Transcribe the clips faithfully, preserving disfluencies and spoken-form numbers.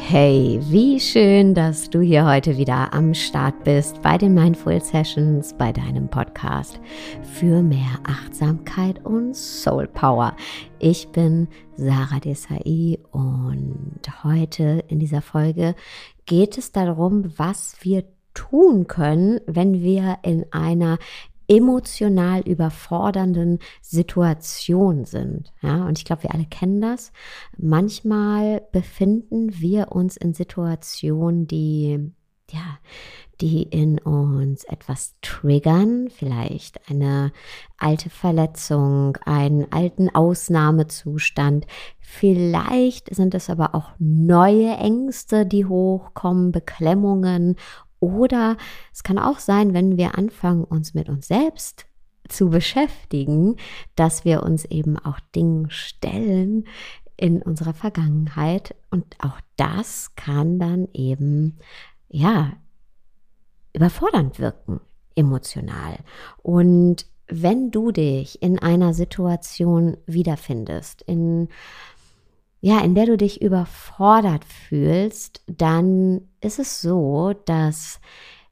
Hey, wie schön, dass du hier heute wieder am Start bist bei den Mindful Sessions, bei deinem Podcast für mehr Achtsamkeit und Soul Power. Ich bin Sarah Desai und heute in dieser Folge geht es darum, was wir tun können, wenn wir in einer emotional überfordernden Situation sind. Ja, und ich glaube, wir alle kennen das. Manchmal befinden wir uns in Situationen, die, ja, die in uns etwas triggern, vielleicht eine alte Verletzung, einen alten Ausnahmezustand. Vielleicht sind es aber auch neue Ängste, die hochkommen, Beklemmungen. Oder es kann auch sein, wenn wir anfangen, uns mit uns selbst zu beschäftigen, dass wir uns eben auch Dingen stellen in unserer Vergangenheit. Und auch das kann dann eben, ja, überfordernd wirken, emotional. Und wenn du dich in einer Situation wiederfindest, in Ja, in der du dich überfordert fühlst, dann ist es so, dass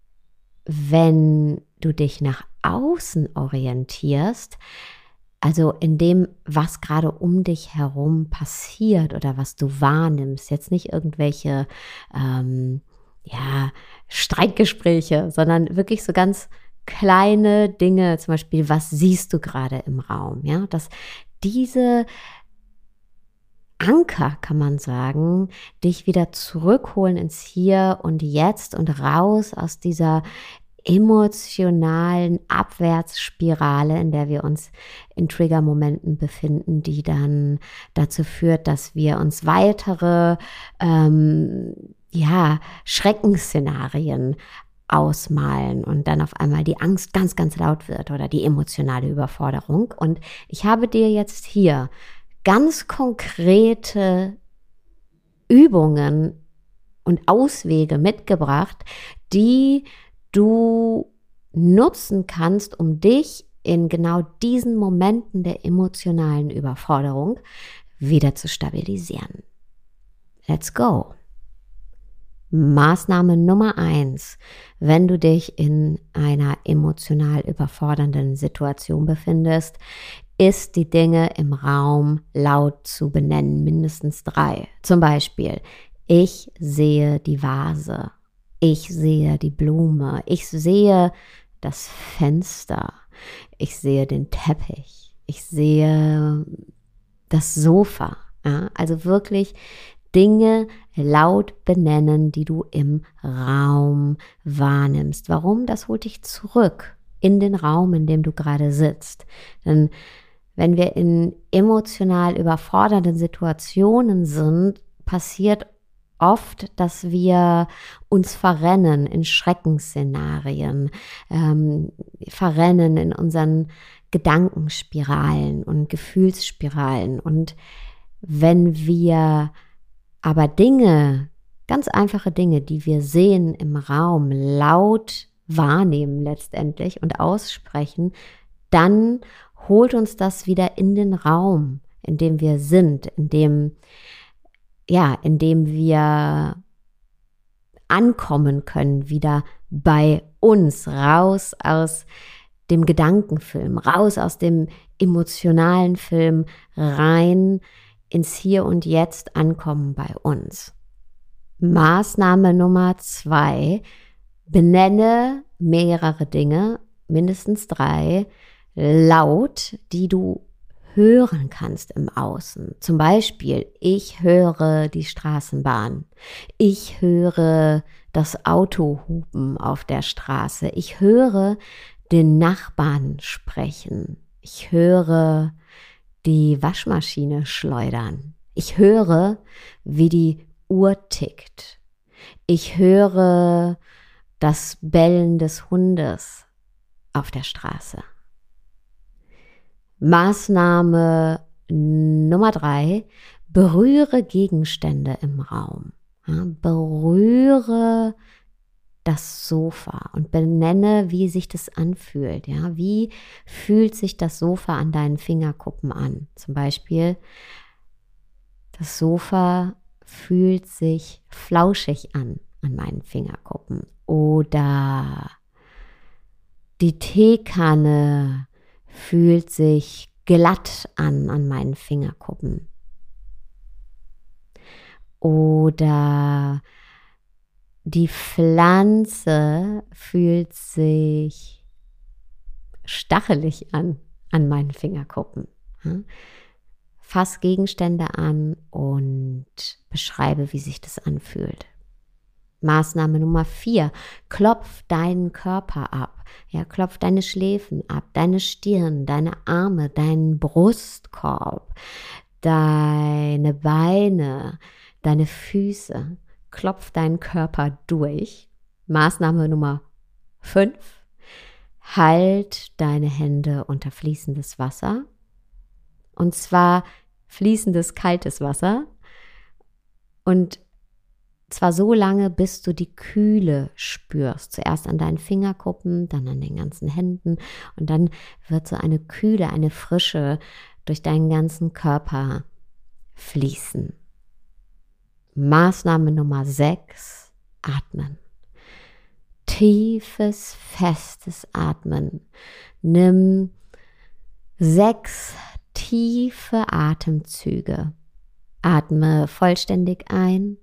wenn du dich nach außen orientierst, also in dem, was gerade um dich herum passiert oder was du wahrnimmst, jetzt nicht irgendwelche ähm, ja, Streitgespräche, sondern wirklich so ganz kleine Dinge, zum Beispiel, was siehst du gerade im Raum, ja, dass diese Anker, kann man sagen, dich wieder zurückholen ins Hier und Jetzt und raus aus dieser emotionalen Abwärtsspirale, in der wir uns in Triggermomenten befinden, die dann dazu führt, dass wir uns weitere ähm, ja, Schreckensszenarien ausmalen und dann auf einmal die Angst ganz, ganz laut wird oder die emotionale Überforderung. Und ich habe dir jetzt hier ganz konkrete Übungen und Auswege mitgebracht, die du nutzen kannst, um dich in genau diesen Momenten der emotionalen Überforderung wieder zu stabilisieren. Let's go! Maßnahme Nummer eins, wenn du dich in einer emotional überfordernden Situation befindest, ist die Dinge im Raum laut zu benennen, mindestens drei. Zum Beispiel, ich sehe die Vase, ich sehe die Blume, ich sehe das Fenster, ich sehe den Teppich, ich sehe das Sofa. Ja? Also wirklich Dinge laut benennen, die du im Raum wahrnimmst. Warum? Das holt dich zurück in den Raum, in dem du gerade sitzt. Denn wenn wir in emotional überfordernden Situationen sind, passiert oft, dass wir uns verrennen in Schreckensszenarien, ähm, verrennen in unseren Gedankenspiralen und Gefühlsspiralen. Und wenn wir aber Dinge, ganz einfache Dinge, die wir sehen im Raum, laut wahrnehmen letztendlich und aussprechen, dann holt uns das wieder in den Raum, in dem wir sind, in dem, ja, in dem wir ankommen können, wieder bei uns, raus aus dem Gedankenfilm, raus aus dem emotionalen Film, rein ins Hier und Jetzt ankommen bei uns. Maßnahme Nummer zwei, benenne mehrere Dinge, mindestens drei, laut, die du hören kannst im Außen. Zum Beispiel, ich höre die Straßenbahn. Ich höre das Auto hupen auf der Straße. Ich höre den Nachbarn sprechen. Ich höre die Waschmaschine schleudern. Ich höre, wie die Uhr tickt. Ich höre das Bellen des Hundes auf der Straße. Maßnahme Nummer drei, berühre Gegenstände im Raum. Ja, berühre das Sofa und benenne, wie sich das anfühlt. Ja, wie fühlt sich das Sofa an deinen Fingerkuppen an? Zum Beispiel, das Sofa fühlt sich flauschig an, an meinen Fingerkuppen. Oder die Teekanne fühlt sich glatt an, an meinen Fingerkuppen. Oder die Pflanze fühlt sich stachelig an, an meinen Fingerkuppen. Fass Gegenstände an und beschreibe, wie sich das anfühlt. Maßnahme Nummer vier, klopf deinen Körper ab. Ja, klopf deine Schläfen ab, deine Stirn, deine Arme, deinen Brustkorb, deine Beine, deine Füße. Klopf deinen Körper durch. Maßnahme Nummer fünf, halt deine Hände unter fließendes Wasser. Und zwar fließendes, kaltes Wasser. Und zwar so lange, bis du die Kühle spürst. Zuerst an deinen Fingerkuppen, dann an den ganzen Händen. Und dann wird so eine Kühle, eine Frische durch deinen ganzen Körper fließen. Maßnahme Nummer sechs, atmen. Tiefes, festes Atmen. Nimm sechs tiefe Atemzüge. Atme vollständig ein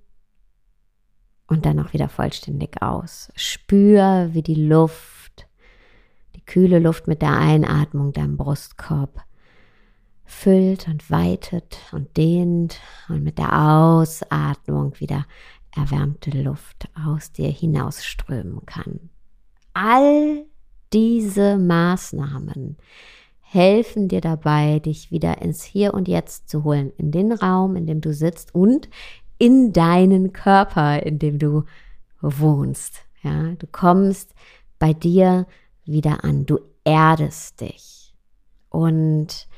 und dann auch wieder vollständig aus. Spür, wie die Luft, die kühle Luft mit der Einatmung deinen Brustkorb füllt und weitet und dehnt und mit der Ausatmung wieder erwärmte Luft aus dir hinausströmen kann. All diese Maßnahmen helfen dir dabei, dich wieder ins Hier und Jetzt zu holen, in den Raum, in dem du sitzt und in deinen Körper, in dem du wohnst. Ja, du kommst bei dir wieder an, du erdest dich. Und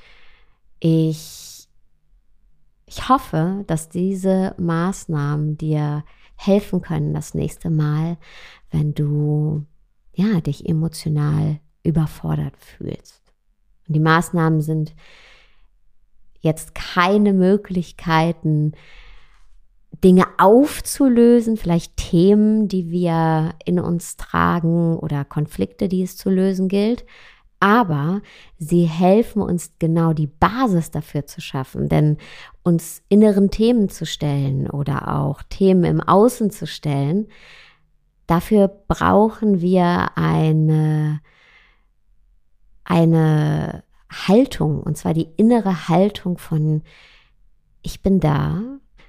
ich, ich hoffe, dass diese Maßnahmen dir helfen können das nächste Mal, wenn du ja, dich emotional überfordert fühlst. Und die Maßnahmen sind jetzt keine Möglichkeiten, Dinge aufzulösen, vielleicht Themen, die wir in uns tragen oder Konflikte, die es zu lösen gilt. Aber sie helfen uns genau die Basis dafür zu schaffen, denn uns inneren Themen zu stellen oder auch Themen im Außen zu stellen, dafür brauchen wir eine, eine Haltung, und zwar die innere Haltung von ich bin da.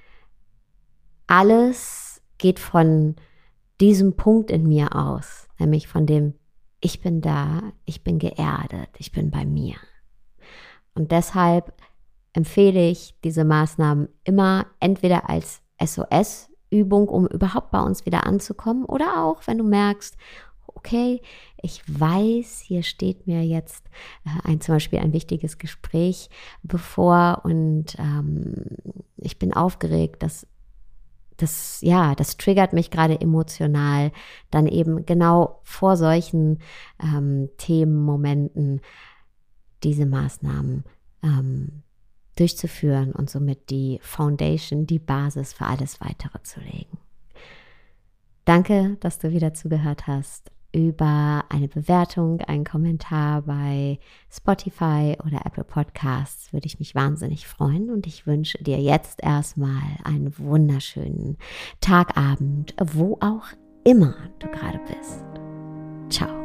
Alles geht von diesem Punkt in mir aus, nämlich von dem ich bin da, ich bin geerdet, ich bin bei mir. Und deshalb empfehle ich diese Maßnahmen immer entweder als S O S-Übung, um überhaupt bei uns wieder anzukommen, oder auch, wenn du merkst, okay, ich weiß, hier steht mir jetzt äh, ein zum Beispiel ein wichtiges Gespräch bevor und ähm, ich bin aufgeregt, dass Das, ja, das triggert mich gerade emotional, dann eben genau vor solchen ähm, Themenmomenten diese Maßnahmen ähm, durchzuführen und somit die Foundation, die Basis für alles Weitere zu legen. Danke, dass du wieder zugehört hast. Über eine Bewertung, einen Kommentar bei Spotify oder Apple Podcasts würde ich mich wahnsinnig freuen und ich wünsche dir jetzt erstmal einen wunderschönen Tagabend, wo auch immer du gerade bist. Ciao.